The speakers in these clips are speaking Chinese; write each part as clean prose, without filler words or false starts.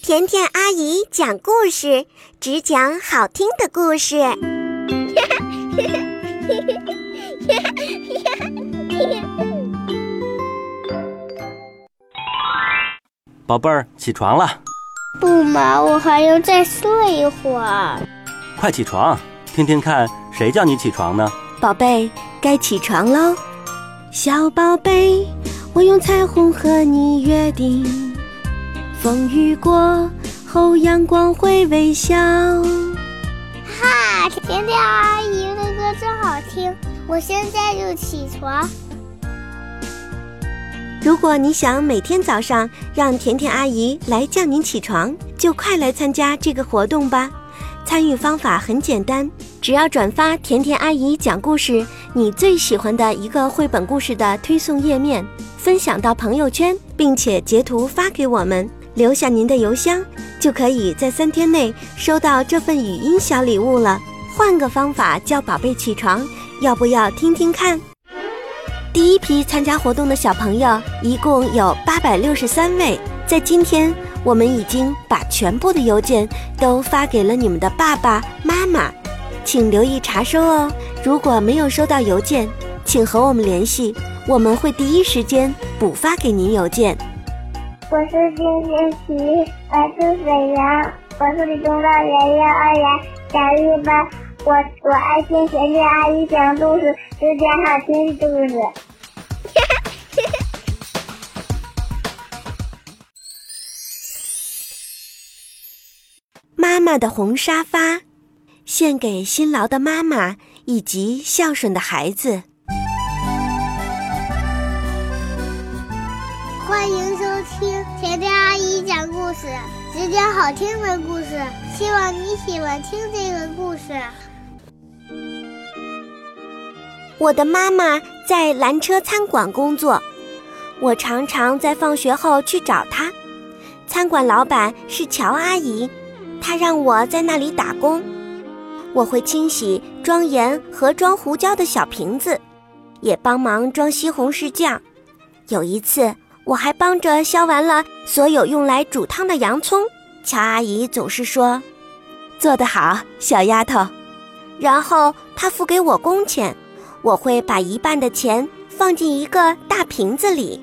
甜甜阿姨讲故事，只讲好听的故事。 宝贝儿，起床了。 不嘛，我还要再睡一会儿。 快起床，听听看谁叫你起床呢？ 宝贝，该起床喽。小宝贝，我用彩虹和你约定，风雨过后阳光会微笑。 哈，甜甜阿姨的歌真好听，我现在就起床。 如果你想每天早上让甜甜阿姨来叫您起床，就快来参加这个活动吧。参与方法很简单，只要转发甜甜阿姨讲故事你最喜欢的一个绘本故事的推送页面，分享到朋友圈，并且截图发给我们，留下您的邮箱，就可以在3天内收到这份语音小礼物了。换个方法叫宝贝起床，要不要听听看？第一批参加活动的小朋友一共有863位，在今天我们已经把全部的邮件都发给了你们的爸爸妈妈，请留意查收哦。如果没有收到邮件，请和我们联系，我们会第一时间补发给您邮件。 我是金星琪，我是沈阳，我是理工大学幼儿园小一班。我爱听甜甜阿姨讲故事，只讲好听的故事。 妈妈的红沙发，献给辛劳的妈妈以及孝顺的孩子。 欢迎收听甜甜阿姨讲故事，只讲好听的故事，希望你喜欢听这个故事。 我的妈妈在蓝车餐馆工作，我常常在放学后去找她。餐馆老板是乔阿姨，她让我在那里打工。我会清洗装盐和装胡椒的小瓶子，也帮忙装西红柿酱。有一次，我还帮着削完了所有用来煮汤的洋葱。乔阿姨总是说：“ 做得好，小丫头。” 然后她付给我工钱，我会把一半的钱放进一个大瓶子里。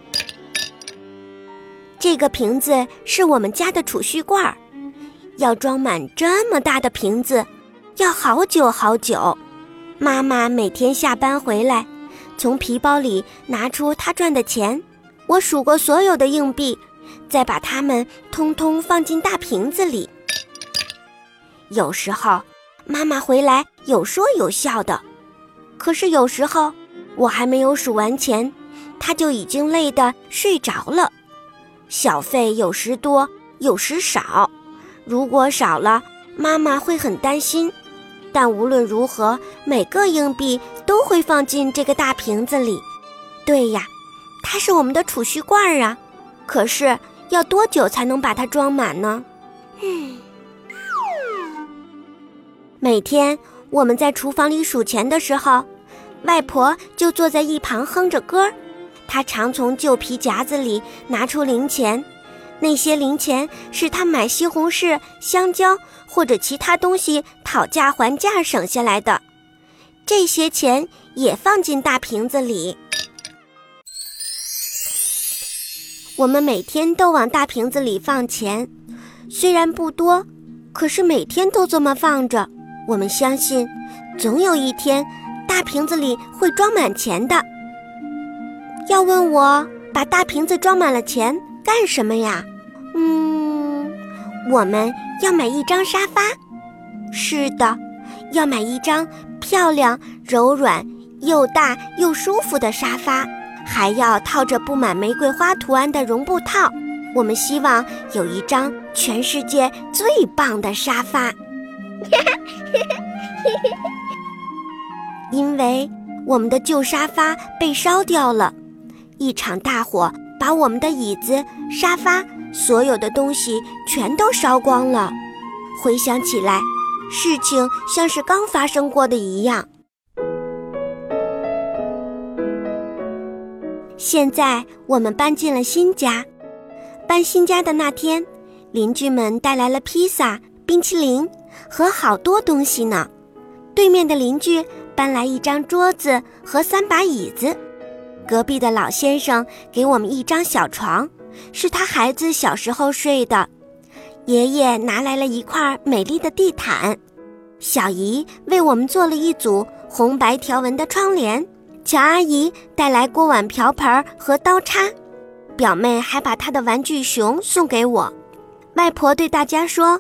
这个瓶子是我们家的储蓄罐，要装满这么大的瓶子，要好久好久。妈妈每天下班回来，从皮包里拿出她赚的钱，我数过所有的硬币，再把它们通通放进大瓶子里。有时候妈妈回来有说有笑的，可是有时候我还没有数完钱，她就已经累得睡着了。小费有时多，有时少，如果少了，妈妈会很担心。但无论如何，每个硬币都会放进这个大瓶子里。对呀，它是我们的储蓄罐啊，可是要多久才能把它装满呢？每天我们在厨房里数钱的时候，外婆就坐在一旁哼着歌。她常从旧皮夹子里拿出零钱，那些零钱是她买西红柿、香蕉或者其他东西讨价还价省下来的。这些钱也放进大瓶子里。我们每天都往大瓶子里放钱，虽然不多，可是每天都这么放着，我们相信总有一天大瓶子里会装满钱的。要问我把大瓶子装满了钱干什么呀？我们要买一张沙发。是的，要买一张漂亮、柔软、又大又舒服的沙发，还要套着布满玫瑰花图案的绒布套。我们希望有一张全世界最棒的沙发。因为我们的旧沙发被烧掉了，一场大火把我们的椅子、沙发，所有的东西全都烧光了。回想起来，事情像是刚发生过的一样。现在我们搬进了新家，搬新家的那天， 邻居们带来了披萨、冰淇淋和好多东西呢。对面的邻居搬来一张桌子和3把椅子，隔壁的老先生给我们一张小床，是他孩子小时候睡的。爷爷拿来了一块美丽的地毯，小姨为我们做了一组红白条纹的窗帘，乔阿姨带来锅碗瓢盆和刀叉，表妹还把她的玩具熊送给我。外婆对大家说：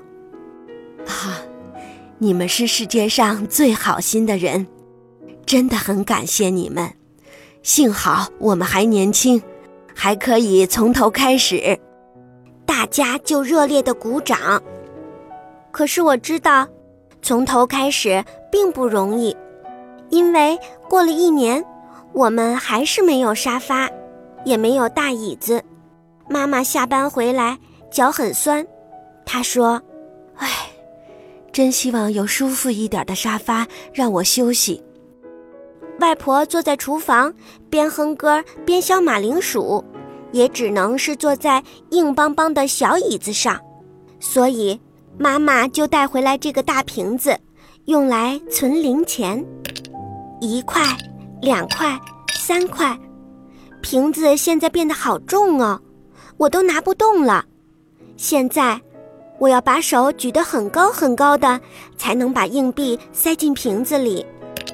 你们是世界上最好心的人，真的很感谢你们。幸好我们还年轻，还可以从头开始。 大家就热烈地鼓掌。可是我知道，从头开始并不容易，因为过了1年，我们还是没有沙发，也没有大椅子。妈妈下班回来，脚很酸，她说： 真希望有舒服一点的沙发让我休息。 外婆坐在厨房，边哼歌边削马铃薯，也只能是坐在硬邦邦的小椅子上，所以妈妈就带回来这个大瓶子，用来存零钱，1块、2块、3块。瓶子现在变得好重哦，我都拿不动了。现在我要把手举得很高很高的，才能把硬币塞进瓶子里。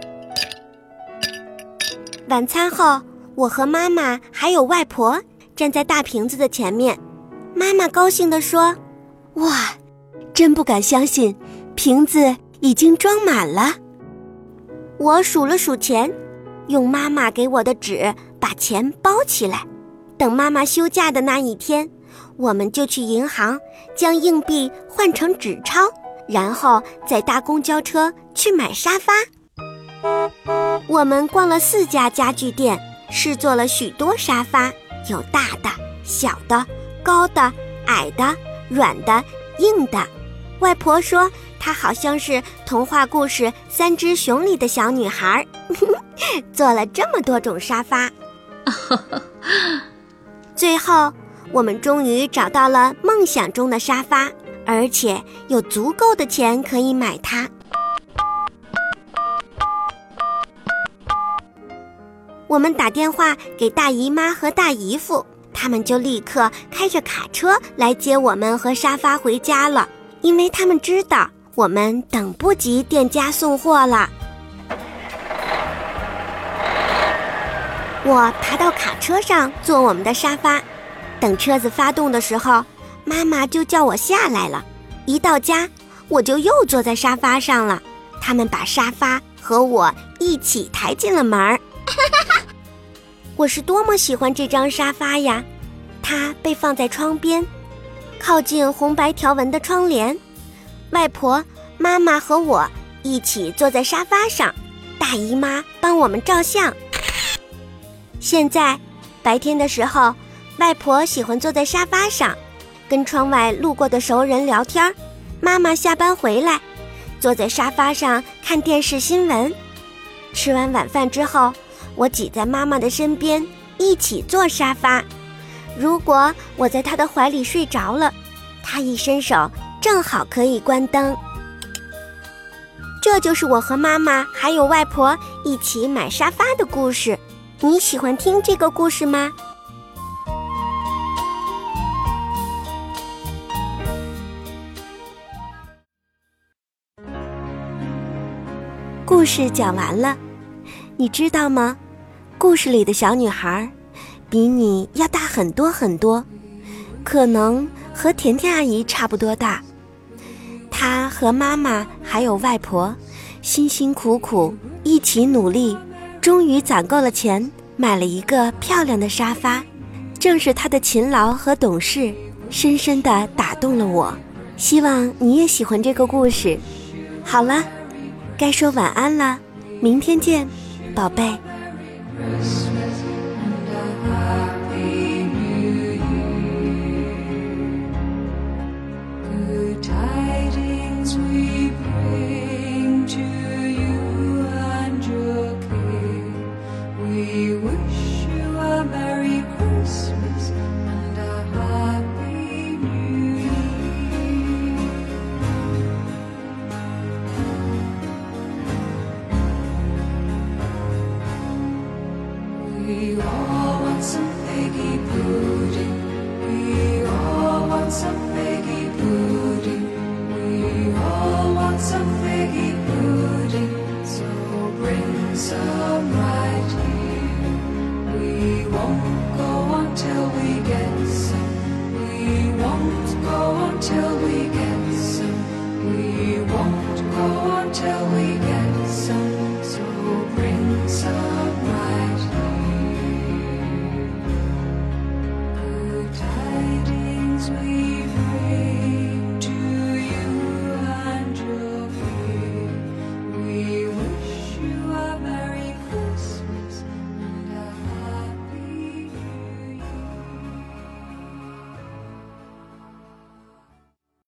晚餐后，我和妈妈还有外婆站在大瓶子的前面。妈妈高兴地说： 哇，真不敢相信，瓶子已经装满了。 我数了数钱，用妈妈给我的纸把钱包起来。等妈妈休假的那一天，我们就去银行将硬币换成纸钞，然后再搭公交车去买沙发。我们逛了4家家具店，试坐了许多沙发，有大的、小的、高的、矮的、软的、硬的。外婆说她好像是童话故事《3只熊》里的小女孩，做了这么多种沙发。最后我们终于找到了梦想中的沙发，而且有足够的钱可以买它。我们打电话给大姨妈和大姨夫，他们就立刻开着卡车来接我们和沙发回家了，因为他们知道我们等不及店家送货了。我爬到卡车上坐我们的沙发，等车子发动的时候，妈妈就叫我下来了。一到家，我就又坐在沙发上了。他们把沙发和我一起抬进了门。我是多么喜欢这张沙发呀！它被放在窗边，靠近红白条纹的窗帘。外婆、妈妈和我一起坐在沙发上，大姨妈帮我们照相。现在白天的时候，外婆喜欢坐在沙发上，跟窗外路过的熟人聊天。妈妈下班回来，坐在沙发上看电视新闻。吃完晚饭之后，我挤在妈妈的身边，一起坐沙发。如果我在她的怀里睡着了，她一伸手，正好可以关灯。这就是我和妈妈还有外婆一起买沙发的故事。你喜欢听这个故事吗？ 故事讲完了，你知道吗？故事里的小女孩比你要大很多很多，可能和甜甜阿姨差不多大。她和妈妈还有外婆辛辛苦苦一起努力，终于攒够了钱，买了一个漂亮的沙发。正是她的勤劳和懂事，深深地打动了我。希望你也喜欢这个故事。好了，该说晚安了，明天见，宝贝。